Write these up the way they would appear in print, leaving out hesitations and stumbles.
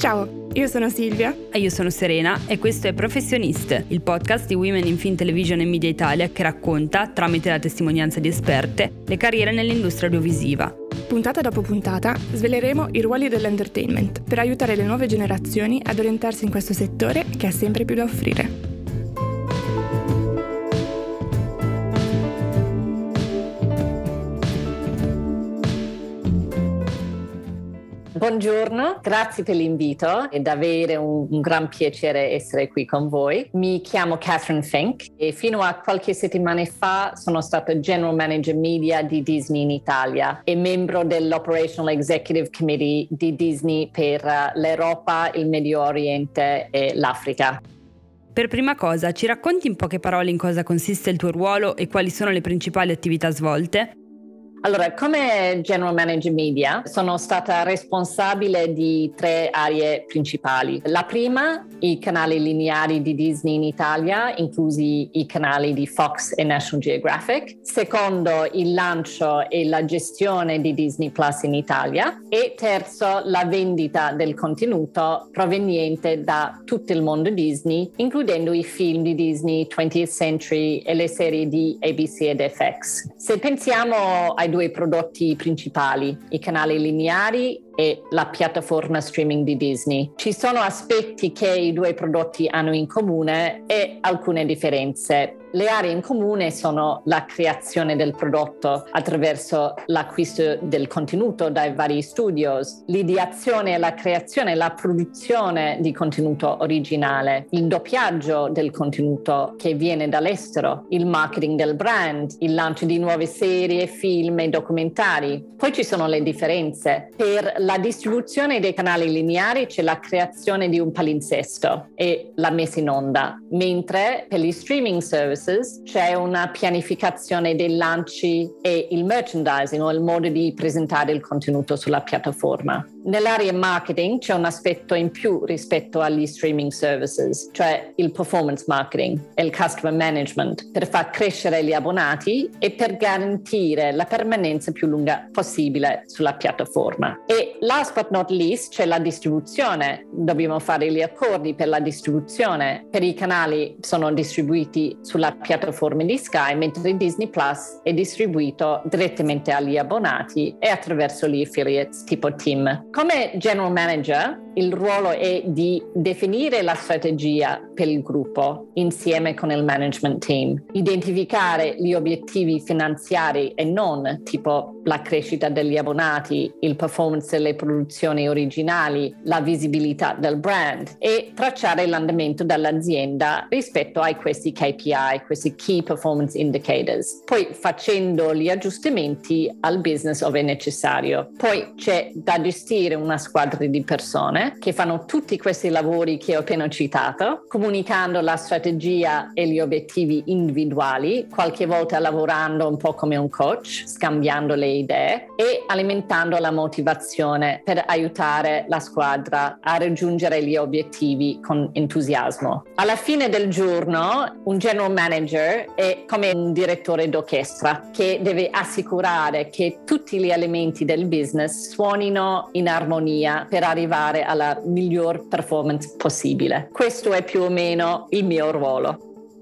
Ciao, io sono Silvia. E io sono Serena e questo è Professionist, il podcast di Women in Film, Television e Media Italia che racconta, tramite la testimonianza di esperte, le carriere nell'industria audiovisiva. Puntata dopo puntata sveleremo i ruoli dell'entertainment per aiutare le nuove generazioni ad orientarsi in questo settore che ha sempre più da offrire. Buongiorno, grazie per l'invito, è davvero un gran piacere essere qui con voi. Mi chiamo Catherine Fink e fino a qualche settimana fa sono stata General Manager Media di Disney in Italia e membro dell'Operational Executive Committee di Disney per l'Europa, il Medio Oriente e l'Africa. Per prima cosa, ci racconti in poche parole in cosa consiste il tuo ruolo e quali sono le principali attività svolte? Allora, come General Manager Media sono stata responsabile di 3 aree principali. La prima, i canali lineari di Disney in Italia, inclusi i canali di Fox e National Geographic. Secondo, il lancio e la gestione di Disney Plus in Italia. E terzo, la vendita del contenuto proveniente da tutto il mondo Disney, includendo i film di Disney, 20th Century e le serie di ABC ed FX. Se pensiamo ai 2 prodotti principali, i canali lineari e la piattaforma streaming di Disney. Ci sono aspetti che i 2 prodotti hanno in comune e alcune differenze. Le aree in comune sono la creazione del prodotto attraverso l'acquisto del contenuto dai vari studios, l'ideazione e la creazione e la produzione di contenuto originale, il doppiaggio del contenuto che viene dall'estero, il marketing del brand, il lancio di nuove serie, film e documentari. Poi ci sono le differenze. Per la distribuzione dei canali lineari c'è la creazione di un palinsesto e la messa in onda, mentre per gli streaming services c'è una pianificazione dei lanci e il merchandising o il modo di presentare il contenuto sulla piattaforma. Nell'area marketing c'è un aspetto in più rispetto agli streaming services, cioè il performance marketing e il customer management per far crescere gli abbonati e per garantire la permanenza più lunga possibile sulla piattaforma. E last but not least c'è la distribuzione. Dobbiamo fare gli accordi per la distribuzione. Per i canali sono distribuiti sulla piattaforma di Sky, mentre Disney Plus è distribuito direttamente agli abbonati e attraverso gli affiliates tipo Team. Come General Manager, il ruolo è di definire la strategia per il gruppo insieme con il management team, identificare gli obiettivi finanziari e non, tipo la crescita degli abbonati, il performance delle produzioni originali, la visibilità del brand e tracciare l'andamento dell'azienda rispetto a questi KPI, questi Key Performance Indicators, poi facendo gli aggiustamenti al business ove è necessario. Poi c'è da gestire una squadra di persone che fanno tutti questi lavori che ho appena citato, comunicando la strategia e gli obiettivi individuali, qualche volta lavorando un po' come un coach, scambiando le idee e alimentando la motivazione per aiutare la squadra a raggiungere gli obiettivi con entusiasmo. Alla fine del giorno, un general manager è come un direttore d'orchestra che deve assicurare che tutti gli elementi del business suonino in armonia per arrivare alla miglior performance possibile. Questo è più o meno il mio ruolo.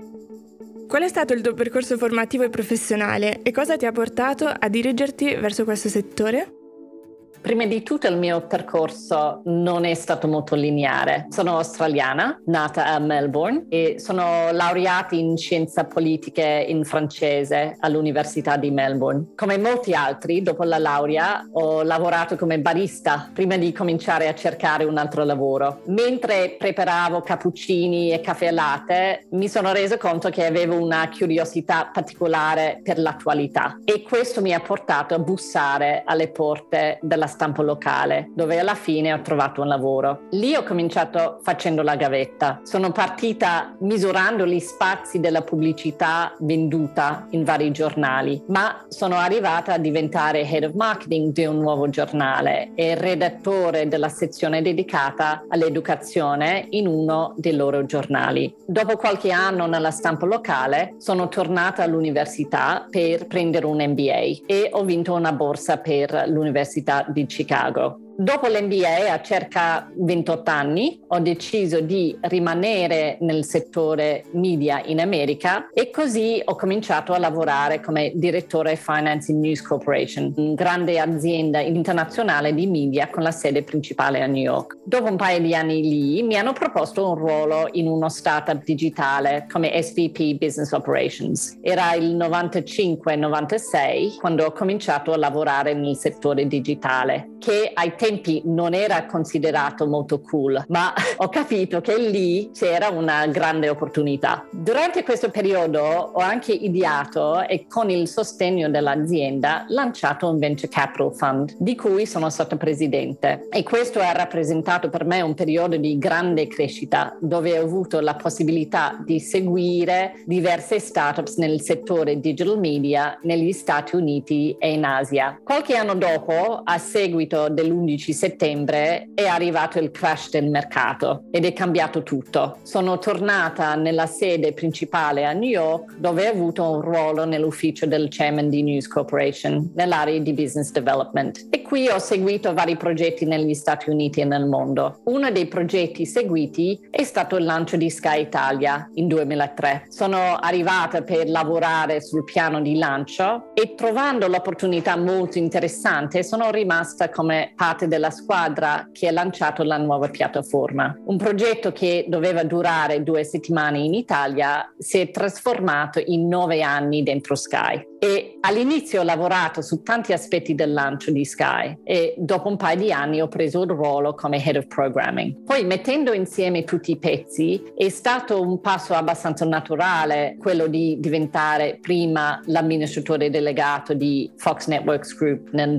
Qual è stato il tuo percorso formativo e professionale e cosa ti ha portato a dirigerti verso questo settore? Prima di tutto il mio percorso non è stato molto lineare. Sono australiana, nata a Melbourne e sono laureata in scienze politiche in francese all'Università di Melbourne. Come molti altri, dopo la laurea ho lavorato come barista prima di cominciare a cercare un altro lavoro. Mentre preparavo cappuccini e caffè latte, mi sono reso conto che avevo una curiosità particolare per l'attualità e questo mi ha portato a bussare alle porte della stampa locale, dove alla fine ho trovato un lavoro. Lì ho cominciato facendo la gavetta. Sono partita misurando gli spazi della pubblicità venduta in vari giornali, ma sono arrivata a diventare head of marketing di un nuovo giornale e redattore della sezione dedicata all'educazione in uno dei loro giornali. Dopo qualche anno nella stampa locale sono tornata all'università per prendere un MBA e ho vinto una borsa per l'Università di Chicago. Dopo l'MBA, a circa 28 anni, ho deciso di rimanere nel settore media in America e così ho cominciato a lavorare come direttore Finance in News Corporation, una grande azienda internazionale di media con la sede principale a New York. Dopo un paio di anni lì mi hanno proposto un ruolo in uno startup digitale come SVP Business Operations. Era il 95-96 quando ho cominciato a lavorare nel settore digitale, che ai tempi non era considerato molto cool, ma ho capito che lì c'era una grande opportunità. Durante questo periodo ho anche ideato e con il sostegno dell'azienda lanciato un venture capital fund di cui sono stata presidente, e questo ha rappresentato per me un periodo di grande crescita dove ho avuto la possibilità di seguire diverse startups nel settore digital media negli Stati Uniti e in Asia. Qualche anno dopo, a seguito dell'11 settembre, è arrivato il crash del mercato ed è cambiato tutto. Sono tornata nella sede principale a New York, dove ho avuto un ruolo nell'ufficio del chairman di News Corporation, nell'area di business development. E qui ho seguito vari progetti negli Stati Uniti e nel mondo. Uno dei progetti seguiti è stato il lancio di Sky Italia in 2003. Sono arrivata per lavorare sul piano di lancio e, trovando l'opportunità molto interessante, sono rimasta come parte della squadra che ha lanciato la nuova piattaforma. Un progetto che doveva durare 2 settimane in Italia si è trasformato in 9 anni dentro Sky. E all'inizio ho lavorato su tanti aspetti del lancio di Sky e dopo un paio di anni ho preso il ruolo come Head of Programming. Poi, mettendo insieme tutti i pezzi, è stato un passo abbastanza naturale quello di diventare prima l'amministratore delegato di Fox Networks Group nel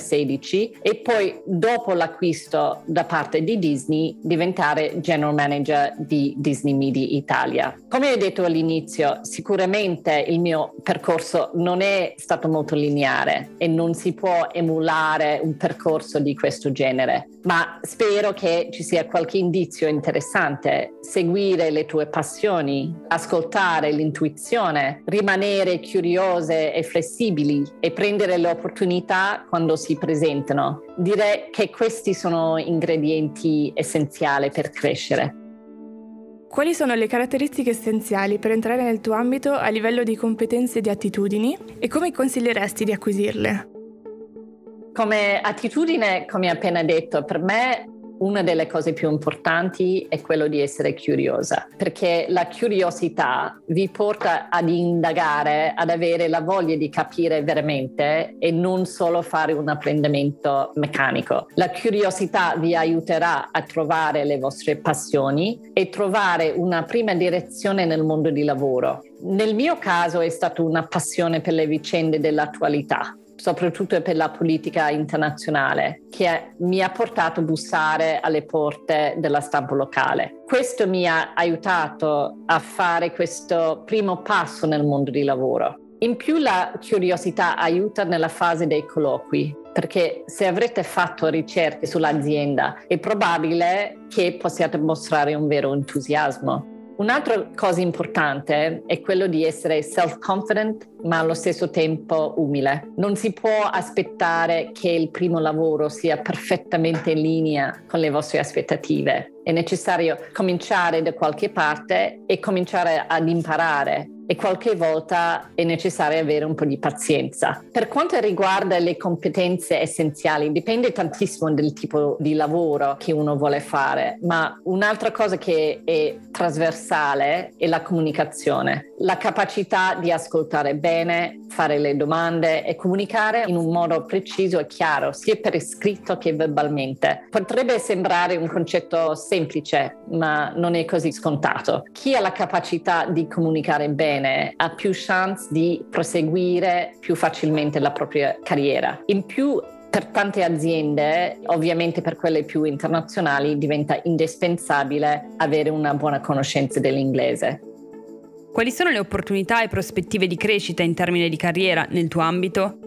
2016 e poi, dopo l'acquisto da parte di Disney, diventare General Manager di Disney Media Italia. Come ho detto all'inizio, sicuramente il mio percorso non è stato molto lineare e non si può emulare un percorso di questo genere, ma spero che ci sia qualche indizio interessante: seguire le tue passioni, ascoltare l'intuizione, rimanere curiose e flessibili e prendere le opportunità quando si presentano. Direi che questi sono ingredienti essenziali per crescere. Quali sono le caratteristiche essenziali per entrare nel tuo ambito a livello di competenze e di attitudini e come consiglieresti di acquisirle? Come attitudine, come appena detto, per me una delle cose più importanti è quello di essere curiosa, perché la curiosità vi porta ad indagare, ad avere la voglia di capire veramente e non solo fare un apprendimento meccanico. La curiosità vi aiuterà a trovare le vostre passioni e trovare una prima direzione nel mondo di lavoro. Nel mio caso è stata una passione per le vicende dell'attualità, soprattutto per la politica internazionale, che mi ha portato a bussare alle porte della stampa locale. Questo mi ha aiutato a fare questo primo passo nel mondo di lavoro. In più, la curiosità aiuta nella fase dei colloqui, perché se avrete fatto ricerche sull'azienda è probabile che possiate mostrare un vero entusiasmo. Un'altra cosa importante è quello di essere self-confident, ma allo stesso tempo umile. Non si può aspettare che il primo lavoro sia perfettamente in linea con le vostre aspettative. È necessario cominciare da qualche parte e cominciare ad imparare. E qualche volta è necessario avere un po' di pazienza. Per quanto riguarda le competenze essenziali, dipende tantissimo del tipo di lavoro che uno vuole fare, ma un'altra cosa che è trasversale è la comunicazione, la capacità di ascoltare bene, fare le domande e comunicare in un modo preciso e chiaro, sia per iscritto che verbalmente. Potrebbe sembrare un concetto semplice, ma non è così scontato. Chi ha la capacità di comunicare bene ha più chance di proseguire più facilmente la propria carriera. In più, per tante aziende, ovviamente per quelle più internazionali, diventa indispensabile avere una buona conoscenza dell'inglese. Quali sono le opportunità e prospettive di crescita in termini di carriera nel tuo ambito?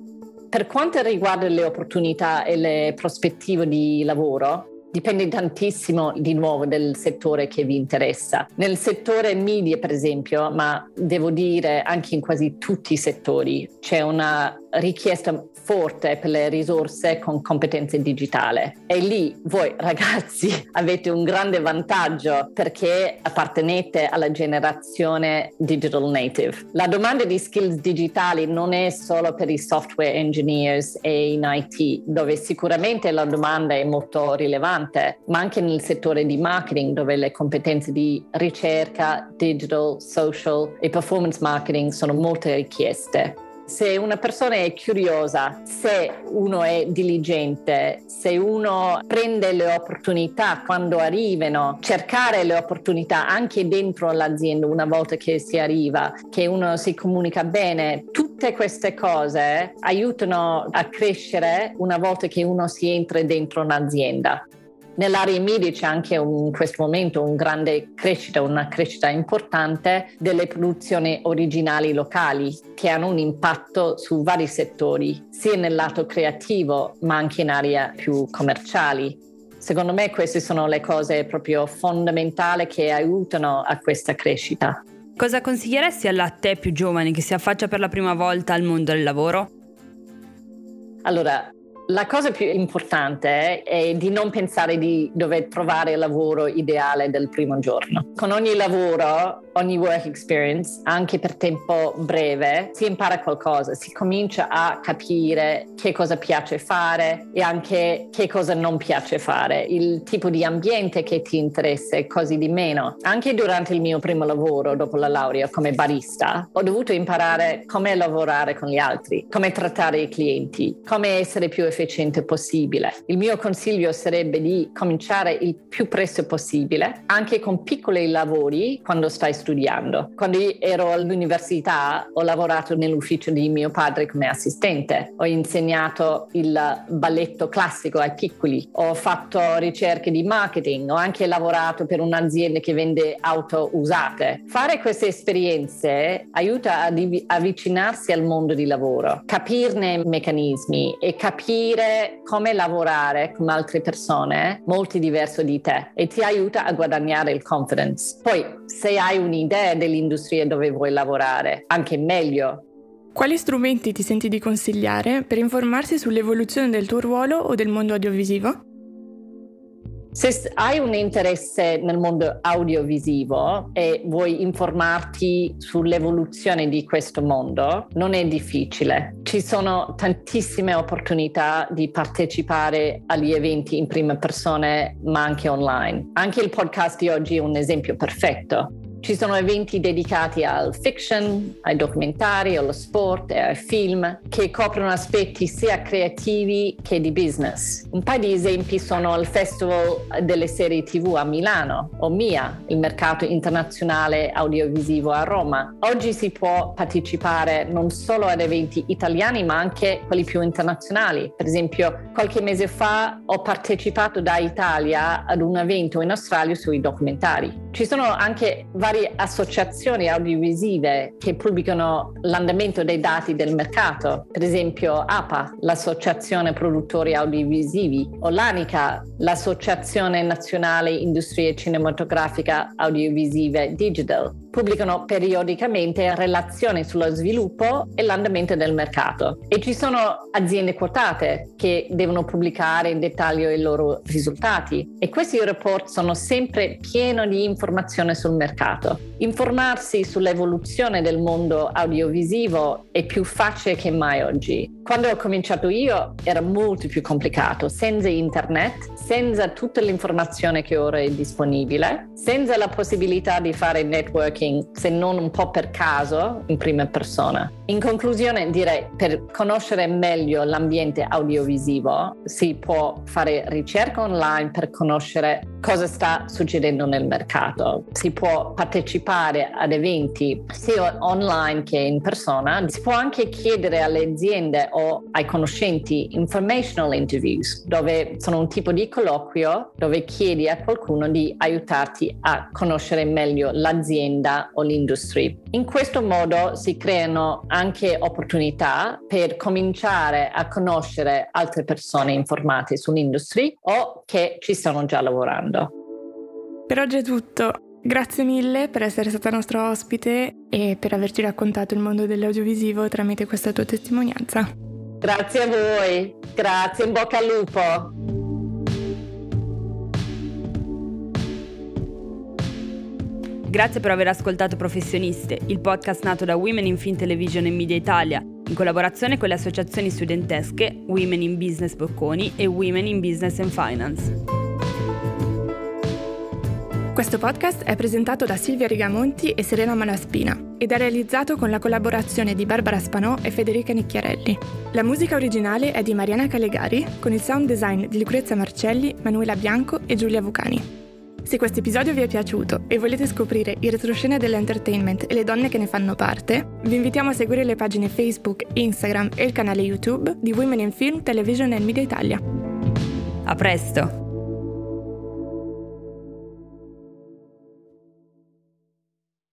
Per quanto riguarda le opportunità e le prospettive di lavoro, dipende tantissimo di nuovo del settore che vi interessa. Nel settore media, per esempio, ma devo dire anche in quasi tutti i settori, c'è una richiesta forte per le risorse con competenze digitali. E lì voi ragazzi avete un grande vantaggio perché appartenete alla generazione digital native. La domanda di skills digitali non è solo per i software engineers e in IT, dove sicuramente la domanda è molto rilevante, ma anche nel settore di marketing, dove le competenze di ricerca, digital, social e performance marketing sono molto richieste. Se una persona è curiosa, se uno è diligente, se uno prende le opportunità quando arrivano, cercare le opportunità anche dentro l'azienda una volta che si arriva, che uno si comunica bene, tutte queste cose aiutano a crescere una volta che uno si entra dentro un'azienda. Nell'area media c'è anche in questo momento una crescita importante delle produzioni originali locali che hanno un impatto su vari settori, sia nel lato creativo ma anche in aree più commerciali. Secondo me queste sono le cose proprio fondamentali che aiutano a questa crescita. Cosa consiglieresti a te più giovane che si affaccia per la prima volta al mondo del lavoro? Allora, la cosa più importante è di non pensare di dover trovare il lavoro ideale del primo giorno. Con ogni lavoro, ogni work experience, anche per tempo breve, si impara qualcosa, si comincia a capire che cosa piace fare e anche che cosa non piace fare, il tipo di ambiente che ti interessa e così di meno. Anche durante il mio primo lavoro, dopo la laurea come barista, ho dovuto imparare come lavorare con gli altri, come trattare i clienti, come essere più efficiente possibile. Il mio consiglio sarebbe di cominciare il più presto possibile, anche con piccoli lavori quando stai studiando. Quando ero all'università ho lavorato nell'ufficio di mio padre come assistente, ho insegnato il balletto classico ai piccoli, ho fatto ricerche di marketing, ho anche lavorato per un'azienda che vende auto usate. Fare queste esperienze aiuta ad avvicinarsi al mondo di lavoro, capirne i meccanismi e capire come lavorare con altre persone molto diverse di te e ti aiuta a guadagnare il confidence. Poi se hai un'idea dell'industria dove vuoi lavorare, anche meglio. Quali strumenti ti senti di consigliare per informarsi sull'evoluzione del tuo ruolo o del mondo audiovisivo? Se hai un interesse nel mondo audiovisivo e vuoi informarti sull'evoluzione di questo mondo, non è difficile. Ci sono tantissime opportunità di partecipare agli eventi in prima persona, ma anche online. Anche il podcast di oggi è un esempio perfetto. Ci sono eventi dedicati al fiction, ai documentari, allo sport e ai film che coprono aspetti sia creativi che di business. Un paio di esempi sono il Festival delle serie TV a Milano o MIA, il mercato internazionale audiovisivo a Roma. Oggi si può partecipare non solo ad eventi italiani ma anche quelli più internazionali. Per esempio, qualche mese fa ho partecipato da Italia ad un evento in Australia sui documentari. Ci sono anche varie associazioni audiovisive che pubblicano l'andamento dei dati del mercato, per esempio APA, l'Associazione Produttori Audiovisivi, o l'ANICA, l'Associazione Nazionale Industrie Cinematografica Audiovisive Digital. Pubblicano periodicamente relazioni sullo sviluppo e l'andamento del mercato. E ci sono aziende quotate che devono pubblicare in dettaglio i loro risultati. E questi report sono sempre pieni di informazione sul mercato. Informarsi sull'evoluzione del mondo audiovisivo è più facile che mai oggi. Quando ho cominciato io era molto più complicato, senza internet, senza tutta l'informazione che ora è disponibile, senza la possibilità di fare networking se non un po' per caso in prima persona. In conclusione direi, per conoscere meglio l'ambiente audiovisivo si può fare ricerca online per conoscere cosa sta succedendo nel mercato. Si può partecipare ad eventi sia online che in persona. Si può anche chiedere alle aziende o ai conoscenti informational interviews, dove sono un tipo di colloquio dove chiedi a qualcuno di aiutarti a conoscere meglio l'azienda o l'industria. In questo modo si creano anche opportunità per cominciare a conoscere altre persone informate sull'industria o che ci stanno già lavorando. Per oggi è tutto. Grazie mille per essere stata nostra ospite e per averci raccontato il mondo dell'audiovisivo tramite questa tua testimonianza. Grazie a voi, grazie, in bocca al lupo. Grazie per aver ascoltato Professioniste, il podcast nato da Women in Film Television e Media Italia, in collaborazione con le associazioni studentesche Women in Business Bocconi e Women in Business and Finance. Questo podcast è presentato da Silvia Rigamonti e Serena Malaspina ed è realizzato con la collaborazione di Barbara Spanò e Federica Nicchiarelli. La musica originale è di Mariana Calegari, con il sound design di Lucrezia Marcelli, Manuela Bianco e Giulia Vucani. Se questo episodio vi è piaciuto e volete scoprire il retroscena dell'entertainment e le donne che ne fanno parte, vi invitiamo a seguire le pagine Facebook, Instagram e il canale YouTube di Women in Film, Television e Media Italia. A presto!